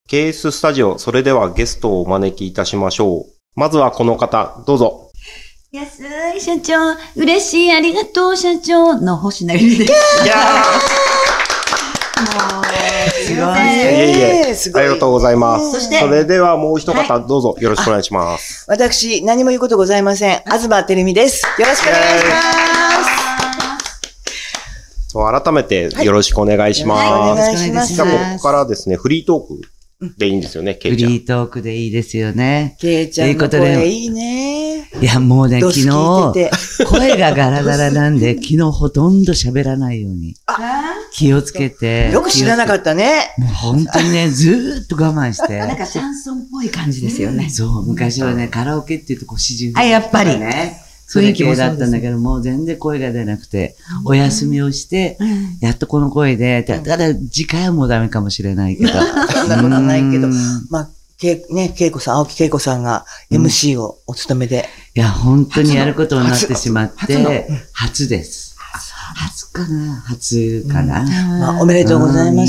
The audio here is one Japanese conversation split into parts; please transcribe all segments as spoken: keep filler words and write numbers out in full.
ケーエス スタジオ、それではゲストをお招きいたしましょう。まずはこの方、どうぞ。 安い社長、嬉しい、ありがとう社長の星名ゆりです。 いやーもう、 すごい。 いえいえ、ありがとうございます。 そして、 それではもう一方、どうぞよろしくお願いします。 私、何も言うことございません。東照美です。よろしくお願いします。 そう改めてよろしくお願いします。 はい、お願いします。 じゃあ、ここからですね、フリートークでいいんですよね、ケイちゃん。 フリートークでいいですよね。 ケイちゃんの声いいね。 いや、もうね、昨日、声がガラガラなんで、昨日ほとんど喋らないように。気をつけて。 よく知らなかったね。 もう本当にね、ずーっと我慢して。 なんかシャンソンっぽい感じですよね。 そう、昔はね、カラオケって言うとこう四十。 あ、やっぱりね。 それ系だったんだけど、もう全然声が出なくて、お休みをして、やっとこの声で、ただ次回はもうダメかもしれないけど。 そんなことないけど、まあ、けね、けいこさん、青木恵子さんが エムシー をお務めで。 いや、本当にやることになってしまって、初です。初かな初かな、 まあ、おめでとうございます。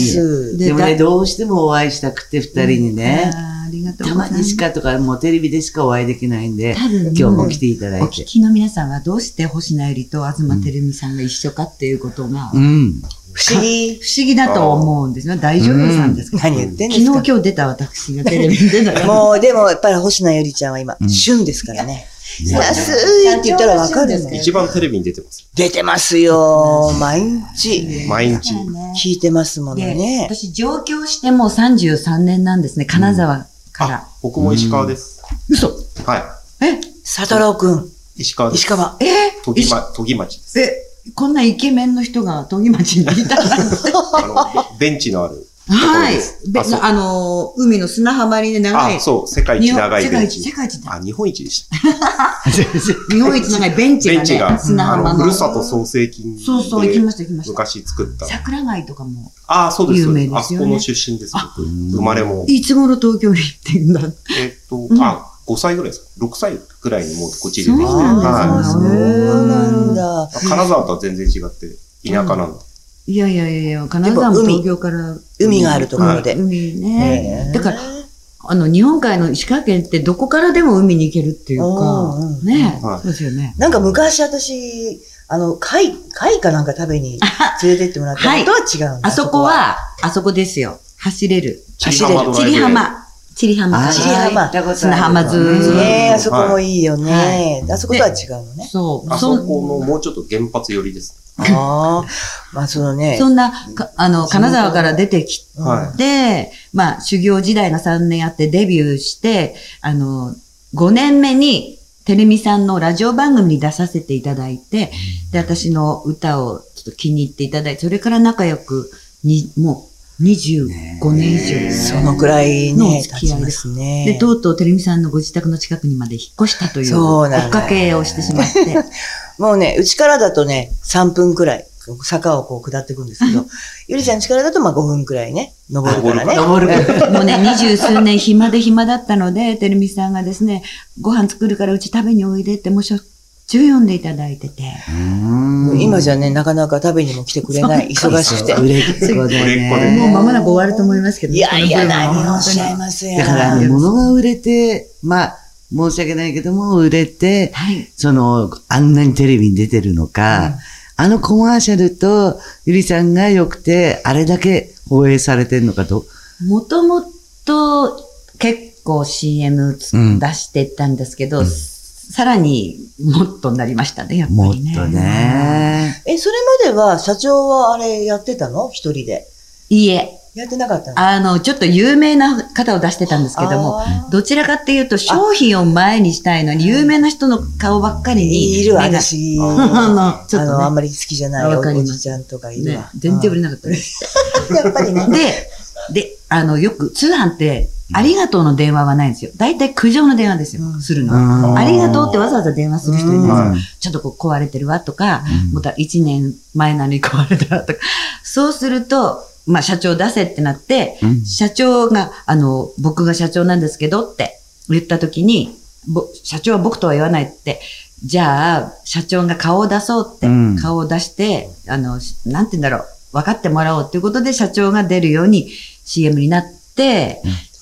でもね、どうしてもお会いしたくて、二人にね。 ありがとうたございます。 まにしかとか、もうテレビでしかお会いできないんで、今日も来ていただいて。 お聞きの皆さんはどうして星名ゆりと東照美さんが一緒かっていうことが、 うん。 不思議。 不思議だと思うんですよ。大女優さんですから。 何言ってんですか。 昨日今日出た私がテレビに出た。 もう、でもやっぱり星名ゆりちゃんは今、旬ですからね。安いって言ったらわかるん一番テレビに出てます。 出てますよ。毎日。 毎日。 聞いてますものね。 私上京してもうさんじゅうさんねんなんですね。金沢から。 僕も石川です。 嘘。 はい。 え佐太郎くん。 石川です。 石川。 え都議ま、都議町です。 え、こんなイケメンの人が都議町にいたなんて。 あの、ベンチのある。 はい。あの、海の砂浜にね、長い。 あ、そう、世界一長いベンチ。 世界一だ。 あ、日本一でした。 日本一長いベンチがね、 ベンチが、 砂浜の。 ふるさと創生金。 そうそう、行きました行きました。 昔作った。 桜貝とかも。 あ、そうです。 有名ですよね。 あそこの出身です。僕。生まれも。 いつ頃東京に行ってんだえっと、あ、ごさいぐらいですか。ろくさいくらいにもうこっちで。 そうなんですそうなんだ。 金沢とは全然違って、田舎なんだ。 いやいやいや、金沢も東京から。 海があるところで。 海ね。だから、あの、日本海の石川県ってどこからでも海に行けるっていうか、ね。そうですよね。 なんか昔私、あの、貝、貝かなんか食べに連れてってもらったのとは違うんだ。 あそこは、あそこですよ。走れる。 走れる。 千里浜。千里浜。 千里浜。 砂浜ずーねあそこもいいよね。あそことは違うのね。 そう。 あそこのもうちょっと原発寄りです。 ああ、まあそのね。 そんな、あの、金沢から出てきて、まあ修行時代がさんねんあってデビューして、あの、ごねんめにテレミさんのラジオ番組に出させていただいて、で、私の歌をちょっと気に入っていただいて、それから仲良く、に、もうにじゅうごねん以上。 そのくらいね、経ちますね。 で、とうとうテレミさんのご自宅の近くにまで引っ越したという、追っかけをしてしまって。 もうね、うちからだとね、さんぷんくらい、坂をこう下っていくんですけど、ゆりちゃん家からだとまあごふんくらいね、登るからね。 登る。もうね、二十数年暇で暇だったので、てるみさんがですね、ご飯作るからうち食べにおいでって、もうしょっちゅう呼んでいただいてて。 今じゃね、なかなか食べにも来てくれない、忙しくて。 売れっ子でね。 もう間もなく終わると思いますけど。 いやいや、何をおっしゃいますよ。 だから、物が売れて、まあ、申し訳ないけども、売れて、はい、その、あんなにテレビに出てるのか、うん、あのコマーシャルと、ゆりさんが良くて、あれだけ放映されてるのかと。 もともと、結構 シーエム 出してたんですけど、うん、さらにもっとなりましたね、やっぱりね。 もっとね。 え、それまでは、社長はあれやってたの？一人で。 いいえ。 やってなかったの？ あの、ちょっと有名な方を出してたんですけども、どちらかっていうと商品を前にしたいのに、有名な人の顔ばっかりに。 いる、私。 あの、 ちょっと、ね、あんまり好きじゃないおじちゃんとかいるわ。 ね、全然売れなかったです。 やっぱりね。 で、で、あの、よく通販って、ありがとうの電話はないんですよ。大体苦情の電話ですよ、うん、するの。ありがとうってわざわざ電話する人いないですよ。ちょっとこう壊れてるわとか、またいちねんまえなのに壊れたわとか。そうすると、まあ社長出せってなって、うん、社長が、あの、僕が社長なんですけどって言った時に、ぼ社長は僕とは言わないって、じゃあ、社長が顔を出そうって、うん、顔を出して、あの、なんて言うんだろう、分かってもらおうっていうことで社長が出るように シーエム になって、うん、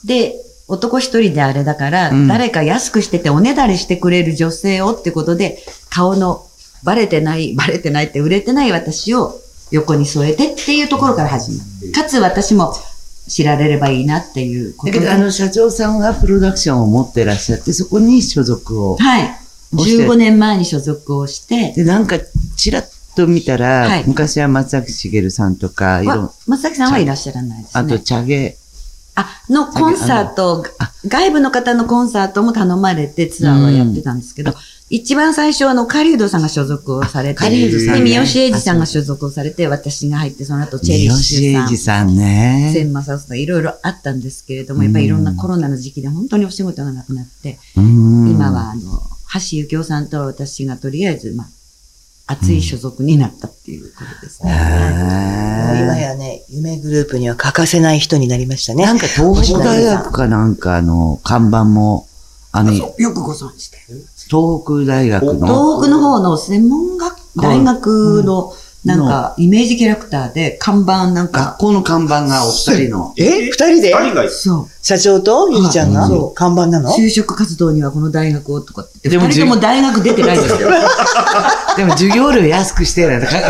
で、男一人であれだから、うん、誰か安くしてておねだりしてくれる女性をってことで、顔のバレてない、バレてないって売れてない私を横に添えてっていうところから始まる。かつ私も知られればいいなっていうことで。 だけど、あの、社長さんはプロダクションを持ってらっしゃって、そこに所属を。 はい。じゅうごねんまえに所属をして。 で、なんか、ちらっと見たら、はい、昔は松崎しげるさんとか、いろ松崎さんはいらっしゃらないですね。 あと、チャゲ。 あ、のコンサート、外部の方のコンサートも頼まれてツアーはやってたんですけど、うん、一番最初はあの、狩人さんが所属をされて、 狩人さん、ね、 で、三好英二さんが所属をされて、私が入って、その後、チェリッシュさん。 三好英二さんね。 千正さん、いろいろあったんですけれども、やっぱりいろんなコロナの時期で本当にお仕事がなくなって、今はあの、橋幸夫さんと私がとりあえず、まあ、熱い所属になったっていうことですね。 もう今やね、夢グループには欠かせない人になりましたね。 なんか東北大学かなんかの看板も、あの、 よくご存知で。 東北大学の。 東北の方の専門学、大学の、なんか、イメージキャラクターで、看板なんか。 学校の看板がお二人の。 え二人で二人がそう。 社長とゆりちゃんが看板なの？ 就職活動にはこの大学をとかって。でも二人とも大学出てないですよ。 でも授業料安くしてるんだから。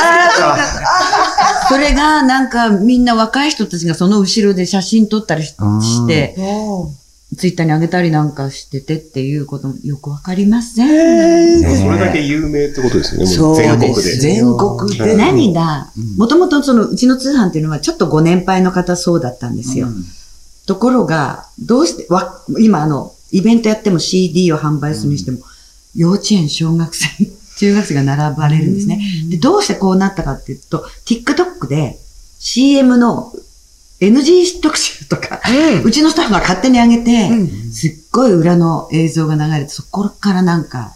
それが、なんか、みんな若い人たちがその後ろで写真撮ったりして、ツイッターに上げたりなんかしててっていうこともよくわかりません。 それだけ有名ってことですよね。全国で。 全国で。 何が、もともとそのうちの通販っていうのはちょっとご年配の方そうだったんですよ。うん、ところが、どうして、わ、今あの、イベントやっても シーディー を販売するにしても、うん、幼稚園、小学生、中学生が並ばれるんですね。で、どうしてこうなったかっていうと、TikTok で シーエム のエヌジー 特集とか、うん、うちのスタッフが勝手に上げて、うん、すっごい裏の映像が流れて、そこからなんか。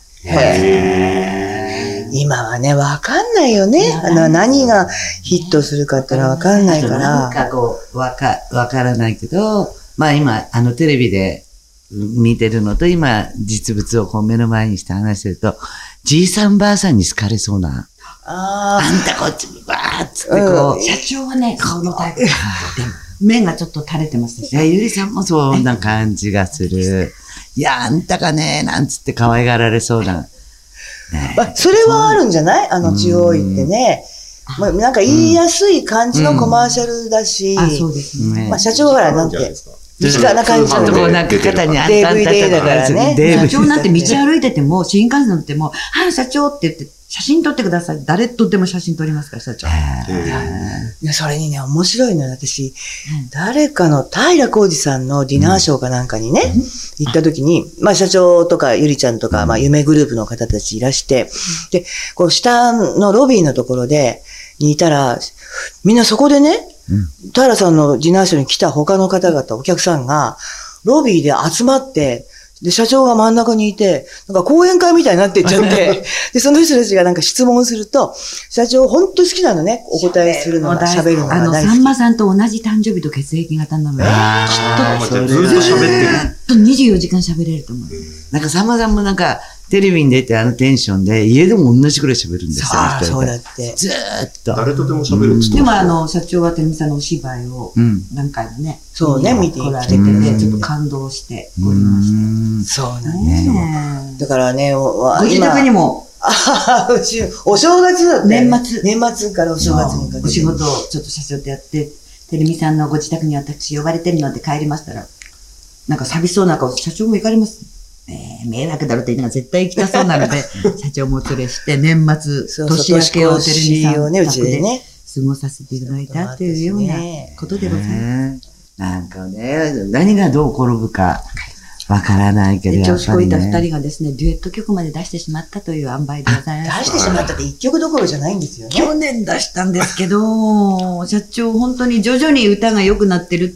へー。今はね、わかんないよね。あの、何がヒットするかってのはわかんないから。 なんかこう、わか、わからないけど、まあ今、あのテレビで見てるのと、今、実物をこう目の前にして話してると、じいさんばあさんに好かれそうな。ああ。あんたこっちにばーっつってこう。 うん、社長はね、顔のタイプ。目がちょっと垂れてますし。 いや、ゆりさんもそんな感じがする。いや、あんたがね、なんつって可愛がられそうな。 ね、まあ、それはあるんじゃない？あの、中央行ってね。まあ、なんか言いやすい感じのコマーシャルだし。 あ、そうですね。 まあ、社長はほら、なんて。身近な感じの。 こうなんか肩にあったディーブイディー だからね。 社長なんて道歩いてても、新幹線乗っても、はい、社長って言って、写真撮ってください。誰とでも写真撮りますから、社長。 いや、それにね、面白いのよ、私。誰かの、平浩二さんのディナーショーかなんかにね、行った時に、まあ、社長とか、ゆりちゃんとか、まあ、夢グループの方たちいらして、で、こう、下のロビーのところで、にいたら、みんなそこでね、平さんのディナーショーに来た他の方々、お客さんが、ロビーで集まって、で、社長が真ん中にいて、なんか講演会みたいになっていっちゃって、で、その人たちがなんか質問すると、社長本当好きなのね、お答えするのが、喋るのが大好き。 あの、さんまさんと同じ誕生日と血液型なので、きっと、ずっと喋ってる。 ずっとにじゅうよじかん喋れると思う。 なんかさんまさんもなんか、テレビに出てあのテンションで、家でも同じくらい喋るんですよ。 ああ、そうだって。 ずーっと。 誰とでも喋るって。 でもあの、社長はてるみさんのお芝居を、何回もね、 そうね、見て来られてて、ちょっと感動しておりました。そうなんですよ。だからね、 ご自宅にも、 ああ、うち、お正月だって。 年末。 年末からお正月にかけて。 お仕事をちょっと社長とやって、てるみさんのご自宅に私呼ばれてるので帰りましたら、なんか寂しそうな顔、社長も行かれます。えー、迷惑だろって言いながら絶対行きたそうなので、社長も連れして、年末、 そうそう年明けをてるみさんのね、うちでね、 過ごさせていただいたというようなことでございます。 なんかね、何がどう転ぶかわからないけど、やっぱりね。 調子こいた二人がですね、デュエット曲まで出してしまったという塩梅でございます。 出してしまったって一曲どころじゃないんですよね。 去年出したんですけど、社長本当に徐々に歌が良くなってるって、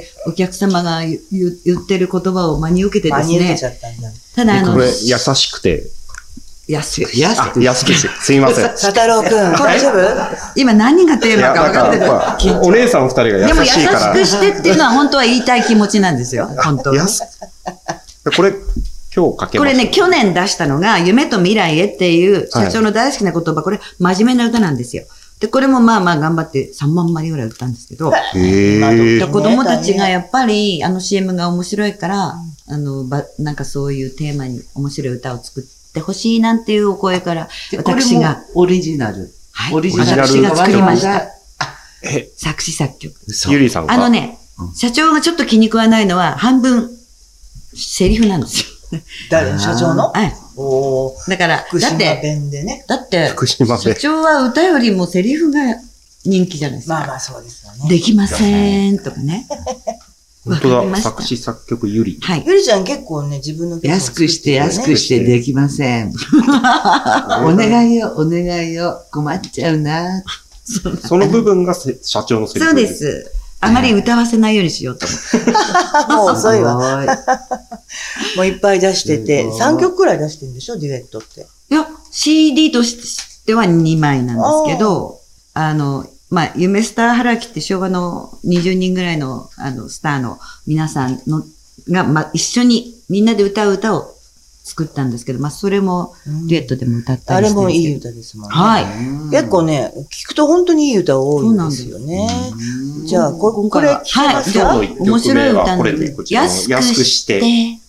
お客様が言ってる言葉を真に受けてですね。 真に受けちゃったんだ。 ただあの、 これ優しくて。 安く。 安く。 安くて。すいません。 佐太郎くん、大丈夫？ 今何がテーマか分かってる。 お姉さん二人が優しいから。 でも優しくしてっていうのは本当は言いたい気持ちなんですよ。本当は。 これ、今日かけまこれね、去年出したのが、夢と未来へっていう、社長の大好きな言葉、これ、真面目な歌なんですよ。 で、これもまあまあ頑張ってさんまんまいぐらい売ったんですけど、 へでー。 子供たちがやっぱりあの シーエム が面白いから、あの、ば、なんかそういうテーマに面白い歌を作ってほしいなんていうお声から、私が。 オリジナル。 はい。 オリジナル。 私が作りました。 え、 作詞作曲。 ゆりさんが。 あのね、社長がちょっと気に食わないのは、半分、セリフなんですよ。 誰社長のはい。 おだから、 福島だって、 弁でね。 だって、 福島弁。 社長は歌よりもセリフが人気じゃないですか。 まあまあそうですよね。 できませんとかね。 本当だ、作詞作曲ゆり。 はい。 ゆりちゃん結構ね、自分の曲安くして安くしてできません。お願いよ、お願いよ。困っちゃうな。 その部分がせ社長のセリフそうです。あまり歌わせないようにしようと思って。 もう遅いわ。もういっぱい出してて、さんきょくくらい出してるんでしょ、デュエットって。 いや、シーディー としてはにまいなんですけど、あの、まあ、夢スターハラキって昭和のにじゅうにんぐらいの、あの、スターの皆さんの、が、まあ、一緒にみんなで歌う歌を作ったんですけど、まあ、それもデュエットでも歌ったりして、 あれもいい歌ですもんね。 はい。 結構ね、聞くと本当にいい歌多いんですよね。じゃあ、ここれ聞きますか？ はい。面白い歌なんで。 安くして。